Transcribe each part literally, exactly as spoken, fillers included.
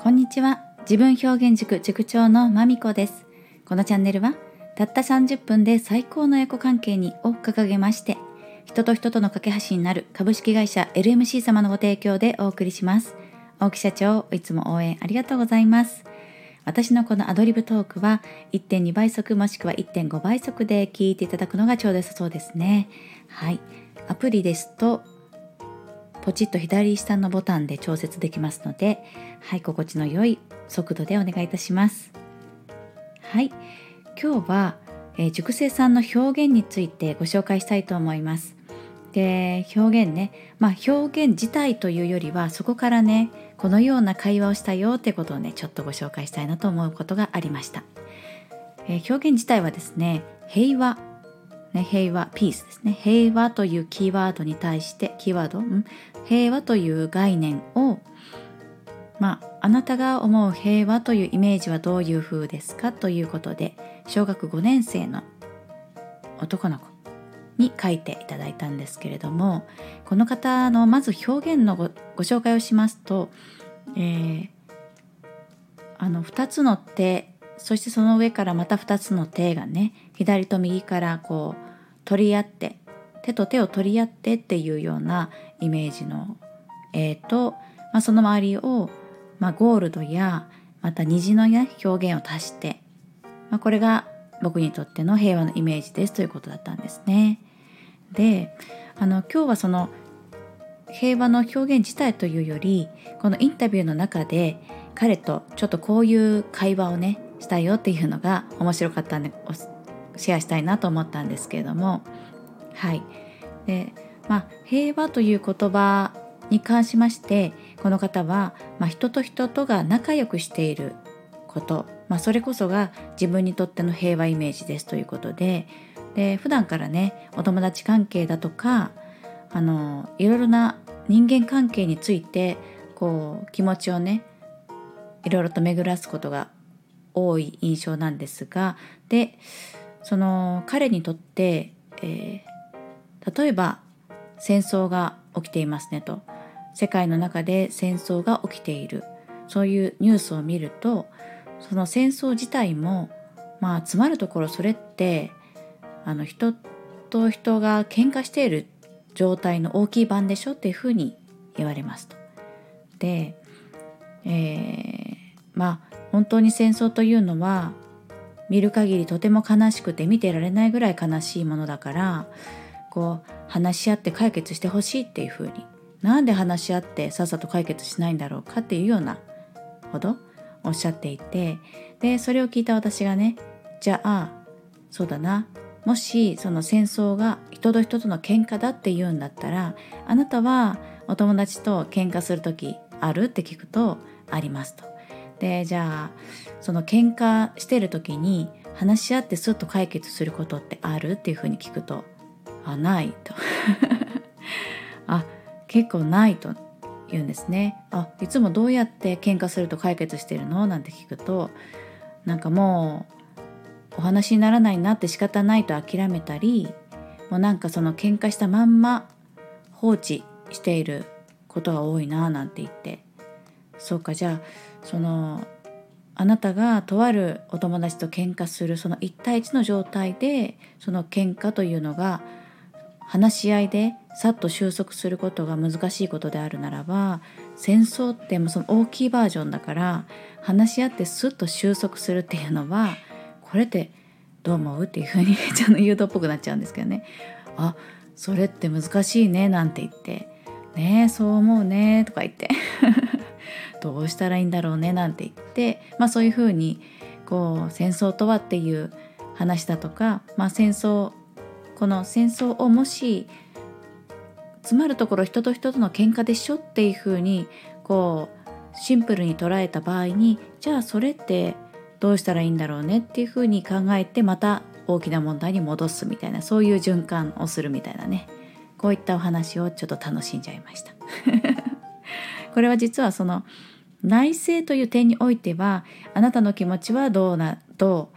こんにちは。自分表現塾塾長のまみこです。このチャンネルはたったさんじゅっぷんで最高のエコ関係にを掲げまして、人と人との架け橋になる株式会社 エルエムシー 様のご提供でお送りします。大木社長、いつも応援ありがとうございます。私のこのアドリブトークは いってんに 倍速もしくは いってんご 倍速で聞いていただくのがちょうど良さそうですね。はい。アプリですとポチッと左下のボタンで調節できますので、はい、心地の良い速度でお願いいたします。はい、今日は、えー、塾生さんの表現についてご紹介したいと思います。で、表現ね、まあ表現自体というよりはそこからね、このような会話をしたよってことをね、ちょっとご紹介したいなと思うことがありました。えー、表現自体はですね、平和ね、平和、ピースですね。平和というキーワードに対して、キーワード、ん平和という概念を、まあ、あなたが思う平和というイメージはどういう風ですかということで、小学ごねん生の男の子に書いていただいたんですけれども、この方のまず表現の ご, ご紹介をしますと、えー、あのふたつの手、そしてその上からまたふたつの手がね、左と右からこう取り合って、手と手を取り合ってっていうようなイメージの絵と、まあ、その周りを、まあ、ゴールドやまた虹の、ね、表現を足して、まあ、これが僕にとっての平和のイメージですということだったんですね。で、あの今日はその平和の表現自体というより、このインタビューの中で彼とちょっとこういう会話をねしたよっていうのが面白かったんでシェアしたいなと思ったんですけれども、はいで、まあ、平和という言葉に関しまして、この方は、まあ、人と人とが仲良くしていること、まあ、それこそが自分にとっての平和イメージですということで、で普段からねお友達関係だとかあのいろいろな人間関係についてこう気持ちをねいろいろと巡らすことが多い印象なんですが、でその彼にとって、えー、例えば戦争が起きていますねと、世界の中で戦争が起きている、そういうニュースを見ると、その戦争自体もまあつまるところそれってあの人と人が喧嘩している状態の大きい版でしょっていうふうに言われますと。で、えー、まあ本当に戦争というのは見る限りとても悲しくて見てられないぐらい悲しいものだから、こう話し合って解決してほしいっていうふうに、なんで話し合ってさっさと解決しないんだろうかっていうようなほどおっしゃっていて、でそれを聞いた私がね、じゃあそうだな、もしその戦争が人と人との喧嘩だって言うんだったら、あなたはお友達と喧嘩するときあるって聞くと、ありますと。でじゃあその喧嘩してるときに話し合ってスッと解決することってあるっていうふうに聞くと、あ、ないとあ、結構ないと言うんですね。あ、いつもどうやって喧嘩すると解決してるのなんて聞くと、なんかもうお話にならないなって仕方ないと諦めたり、もうなんかその喧嘩したまんま放置していることが多いななんて言って、そうか、じゃあそのあなたがとあるお友達と喧嘩するその一対一の状態で、その喧嘩というのが話し合いでさっと収束することが難しいことであるならば、戦争ってもその大きいバージョンだから、話し合ってスッと収束するっていうのは、これってどう思うっていうふうにちょっと誘導っぽくなっちゃうんですけどね。あ、それって難しいねなんて言って、ねえそう思うねとか言ってどうしたらいいんだろうねなんて言って、まあそういうふうにこう戦争とはっていう話だとか、まあ戦争この戦争をもしつまるところ人と人との喧嘩でしょっていうふうにこうシンプルに捉えた場合に、じゃあそれってどうしたらいいんだろうねっていうふうに考えて、また大きな問題に戻すみたいな、そういう循環をするみたいなね、こういったお話をちょっと楽しんじゃいましたこれは実はその内省という点においては、あなたの気持ちはどうなどう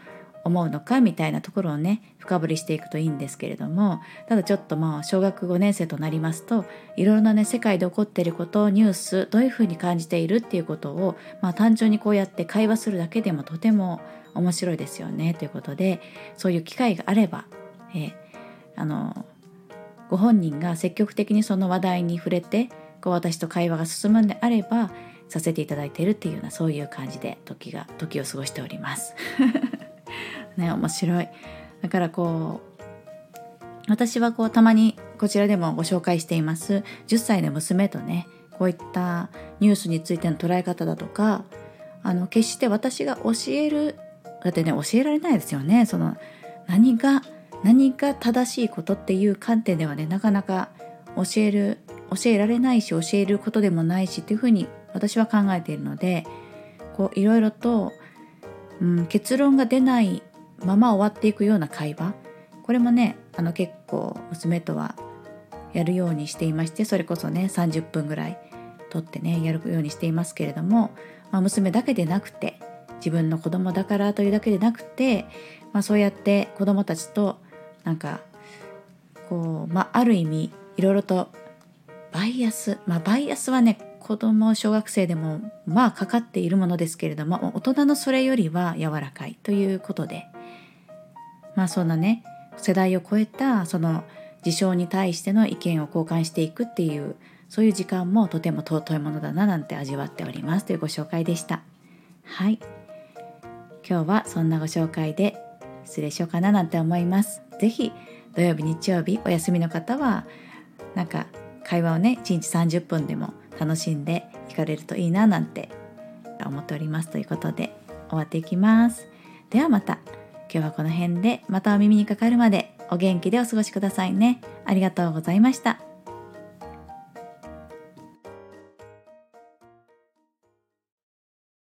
思うのかみたいなところをね深掘りしていくといいんですけれども、ただちょっとまあ小学ごねん生となりますと、いろいろなね世界で起こっていること、ニュースどういうふうに感じているっていうことを、まあ、単純にこうやって会話するだけでもとても面白いですよねということで、そういう機会があれば、えー、あのご本人が積極的にその話題に触れてこう私と会話が進むんであればさせていただいているっていうような、そういう感じで時が時を過ごしておりますね、面白い。だからこう私はこうたまにこちらでもご紹介していますじゅっさいの娘とね、こういったニュースについての捉え方だとか、あの決して私が教える、だってね教えられないですよね。その何が何が正しいことっていう観点ではねなかなか教える教えられないし教えることでもないしっていうふうに私は考えているので、こういろいろと、うん、結論が出ないまま終わっていくような会話、これもねあの結構娘とはやるようにしていまして、それこそねさんじゅっぷんぐらい取ってねやるようにしていますけれども、まあ、娘だけでなくて自分の子供だからというだけでなくて、まあ、そうやって子供たちとなんかこう、まあ、ある意味いろいろとバイアス、まあ、バイアスはね子供小学生でもまあかかっているものですけれども、大人のそれよりは柔らかいということで、まあそんなね世代を超えたその事象に対しての意見を交換していくっていう、そういう時間もとても尊いものだななんて味わっておりますというご紹介でした。はい、今日はそんなご紹介で失礼しようかななんて思います。ぜひ土曜日日曜日お休みの方はなんか会話をねいちにちさんじゅっぷんでも楽しんでいかれるといいななんて思っておりますということで終わっていきます。ではまた。今日はこの辺で、またお耳にかかるまでお元気でお過ごしくださいね。ありがとうございました。